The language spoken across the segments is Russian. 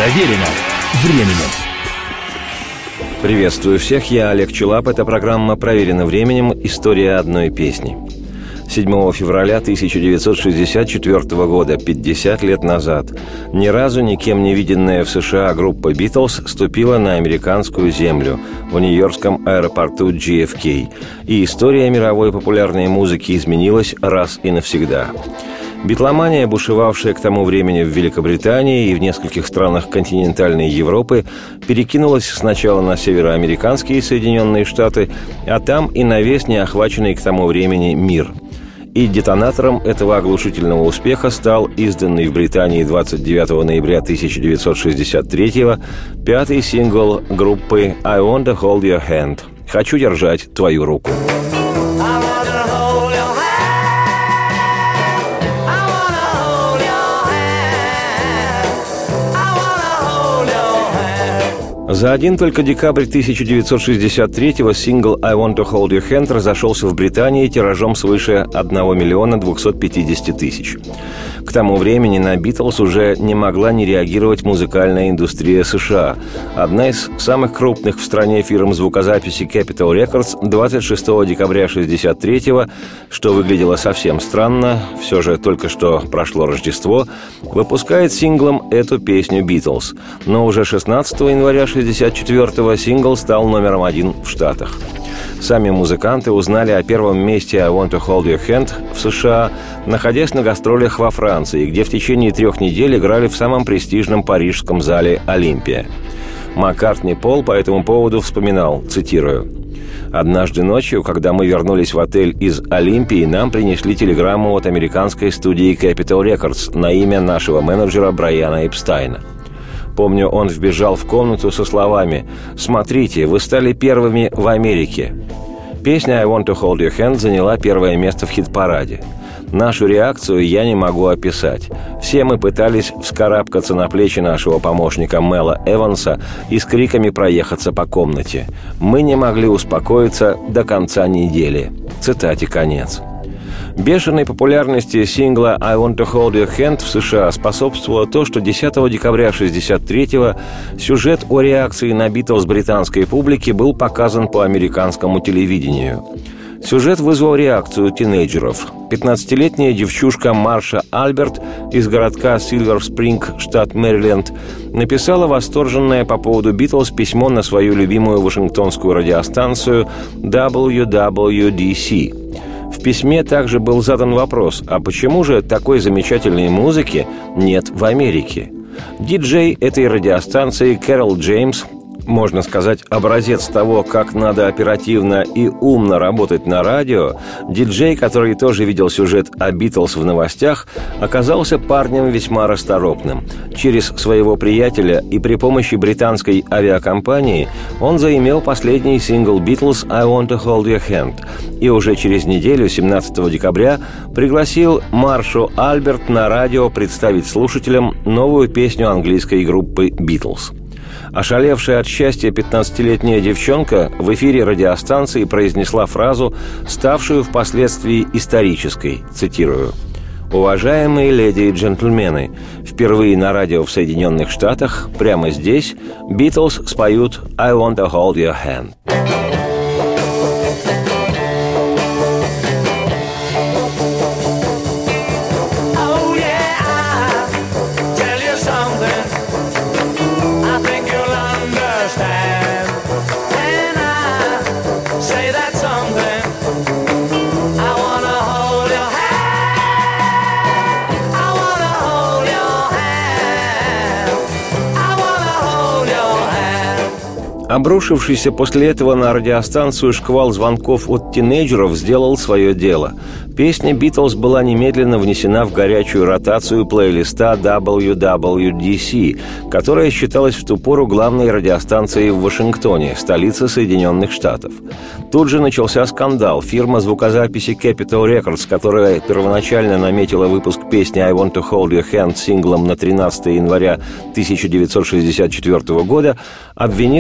Проверено временем. Приветствую всех, я Олег Челап. Это программа «Проверено временем. История одной песни». 7 февраля 1964 года, 50 лет назад, ни разу никем не виденная в США группа «Битлз» ступила на американскую землю в нью-йоркском аэропорту JFK, и история мировой популярной музыки изменилась раз и навсегда. Битломания, бушевавшая к тому времени в Великобритании и в нескольких странах континентальной Европы, перекинулась сначала на североамериканские Соединенные Штаты, а там и на весь неохваченный к тому времени мир. И детонатором этого оглушительного успеха стал изданный в Британии 29 ноября 1963-го пятый сингл группы «I Want to Hold Your Hand» – «Хочу держать твою руку». За один только декабрь 1963-го сингл «I Want to Hold Your Hand» разошелся в Британии тиражом свыше 1 миллиона 250 тысяч. К тому времени на «Битлз» уже не могла не реагировать музыкальная индустрия США. Одна из самых крупных в стране фирм звукозаписи Capitol Records 26 декабря 1963-го, что выглядело совсем странно, все же только что прошло Рождество, выпускает синглом эту песню «Битлз». Но уже 16 января 1964-го сингл стал номером 1 в Штатах. Сами музыканты узнали о первом месте «I Want to Hold Your Hand» в США, находясь на гастролях во Франции, где в течение 3 недель играли в самом престижном парижском зале «Олимпия». Маккартни Пол по этому поводу вспоминал, цитирую: «Однажды ночью, когда мы вернулись в отель из Олимпии, нам принесли телеграмму от американской студии Capitol Records на имя нашего менеджера Брайана Эпстайна. Помню, он вбежал в комнату со словами: «Смотрите, вы стали первыми в Америке». Песня «I Want to Hold Your Hand» заняла первое место в хит-параде. Нашу реакцию я не могу описать. Все мы пытались вскарабкаться на плечи нашего помощника Мэла Эванса и с криками проехаться по комнате. Мы не могли успокоиться до конца недели. Цитате конец. Бешеной популярности сингла «I Want to Hold Your Hand» в США способствовало то, что 10 декабря 1963-го сюжет о реакции на «Битлз» британской публики был показан по американскому телевидению. Сюжет вызвал реакцию тинейджеров. 15-летняя девчушка Марша Альберт из городка Сильвер-Спринг, штат Мэриленд, написала восторженное по поводу «Битлз» письмо на свою любимую вашингтонскую радиостанцию WWDC. В письме также был задан вопрос: а почему же такой замечательной музыки нет в Америке? Диджей этой радиостанции Кэрол Джеймс, можно сказать, образец того, как надо оперативно и умно работать на радио, диджей, который тоже видел сюжет о «Битлз» в новостях, оказался парнем весьма расторопным. Через своего приятеля и при помощи британской авиакомпании он заимел последний сингл «Битлз» «I Want to Hold Your Hand» и уже через неделю, 17 декабря, пригласил Маршу Альберт на радио представить слушателям новую песню английской группы «Битлз». Ошалевшая от счастья 15-летняя девчонка в эфире радиостанции произнесла фразу, ставшую впоследствии исторической, цитирую: «Уважаемые леди и джентльмены, впервые на радио в Соединенных Штатах, прямо здесь, «Битлз» споют «I Want to Hold Your Hand». Обрушившийся после этого на радиостанцию шквал звонков от тинейджеров сделал свое дело. Песня «Битлз» была немедленно внесена в горячую ротацию плейлиста WWDC, которая считалась в ту пору главной радиостанцией в Вашингтоне, столице Соединенных Штатов. Тут же начался скандал. Фирма звукозаписи Capitol Records, которая первоначально наметила выпуск песни «I Want to Hold Your Hand» синглом на 13 января 1964 года, обвинила станцию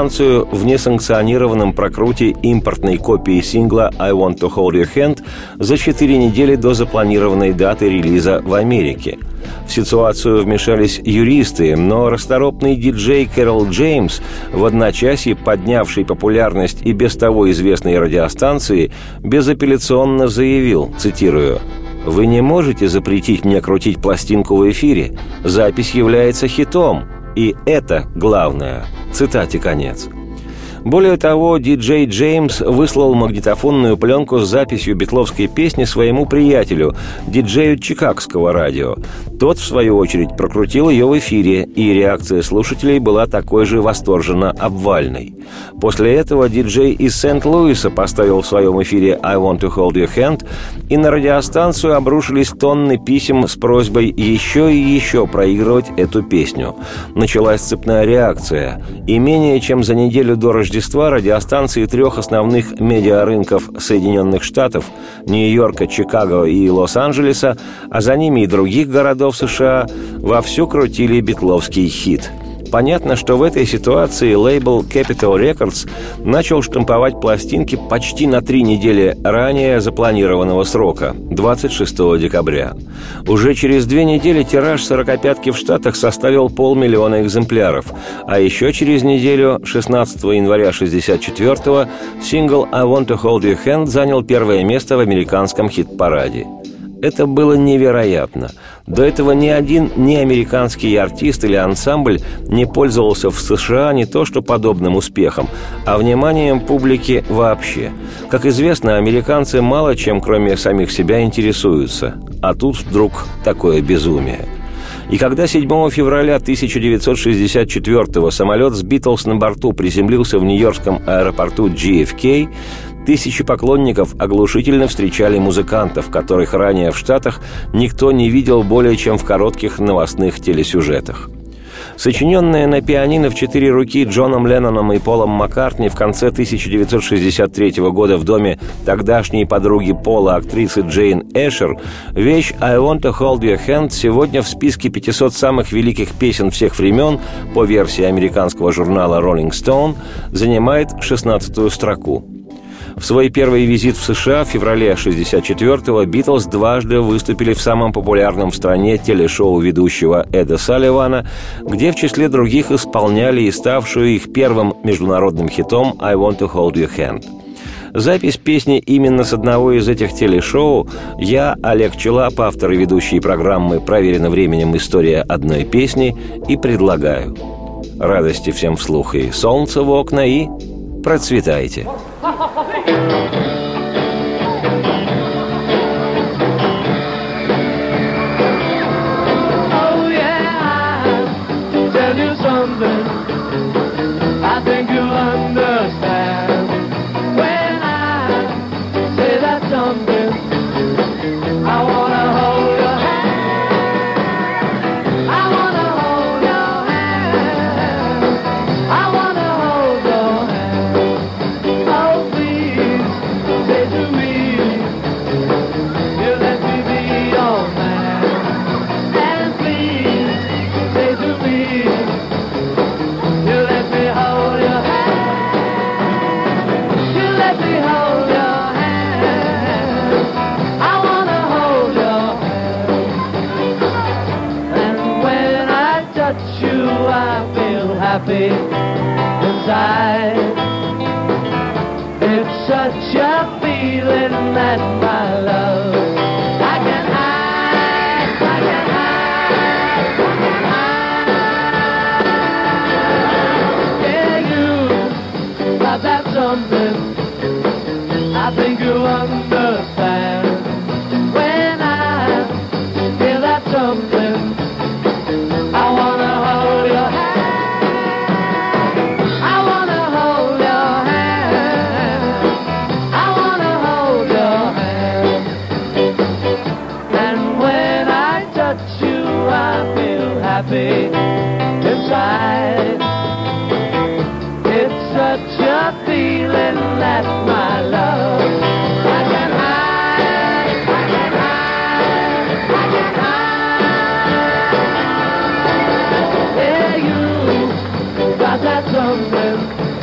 радиостанцию в несанкционированном прокруте импортной копии сингла «I Want to Hold Your Hand» за 4 недели до запланированной даты релиза в Америке. В ситуацию вмешались юристы, но расторопный диджей Кэрол Джеймс, в одночасье поднявший популярность и без того известной радиостанции, безапелляционно заявил, цитирую: «Вы не можете запретить мне крутить пластинку в эфире. Запись является хитом. И это главное». Цитате конец. Более того, диджей Джеймс выслал магнитофонную пленку с записью битловской песни своему приятелю, диджею чикагского радио. Тот, в свою очередь, прокрутил ее в эфире, и реакция слушателей была такой же восторженно обвальной. После этого диджей из Сент-Луиса поставил в своем эфире «I Want to Hold Your Hand», и на радиостанцию обрушились тонны писем с просьбой еще и еще проигрывать эту песню. Началась цепная реакция, и менее чем за неделю до Рождества радиостанции 3 основных медиарынков Соединенных Штатов – Нью-Йорка, Чикаго и Лос-Анджелеса, а за ними и других городов США – вовсю крутили битловский хит. Понятно, что в этой ситуации лейбл Capitol Records начал штамповать пластинки почти на 3 недели ранее запланированного срока – 26 декабря. Уже через 2 недели тираж 45-ки в Штатах составил 500 000 экземпляров, а еще через неделю, 16 января 1964-го, сингл «I Want to Hold Your Hand» занял первое место в американском хит-параде. Это было невероятно. До этого ни один неамериканский артист или ансамбль не пользовался в США не то что подобным успехом, а вниманием публики вообще. Как известно, американцы мало чем, кроме самих себя, интересуются. А тут вдруг такое безумие. И когда 7 февраля 1964-го самолет с «Битлз» на борту приземлился в нью-йоркском аэропорту JFK, тысячи поклонников оглушительно встречали музыкантов, которых ранее в Штатах никто не видел более чем в коротких новостных телесюжетах. Сочиненная на пианино в 4 руки Джоном Ленноном и Полом Маккартни в конце 1963 года в доме тогдашней подруги Пола, актрисы Джейн Эшер, вещь «I Want to Hold Your Hand» сегодня в списке 500 самых великих песен всех времен по версии американского журнала Rolling Stone занимает 16-ю строку. В свой первый визит в США в феврале 1964-го «Битлз» дважды выступили в самом популярном в стране телешоу ведущего Эда Салливана, где в числе других исполняли и ставшую их первым международным хитом «I Want to Hold Your Hand». Запись песни именно с одного из этих телешоу я, Олег Челап, автор и ведущий программы «Проверено временем. История одной песни», и предлагаю. Радости всем вслух и солнца в окна, и процветайте! Happy inside. It's such a feeling that my love I can hide, I can hide, I can hide. Yeah, you got that something I think you understand. When I hear that something, I wanna hold your hand. Inside, it's such a feeling that my love I can hide, I can hide, I can hide. Yeah, you got that something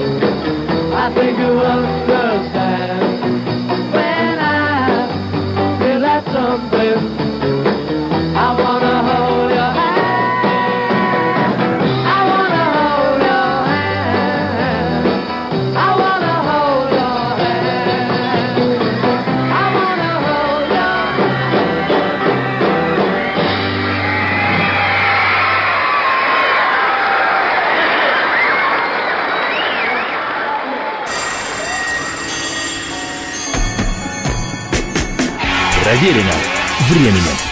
Проверено временем.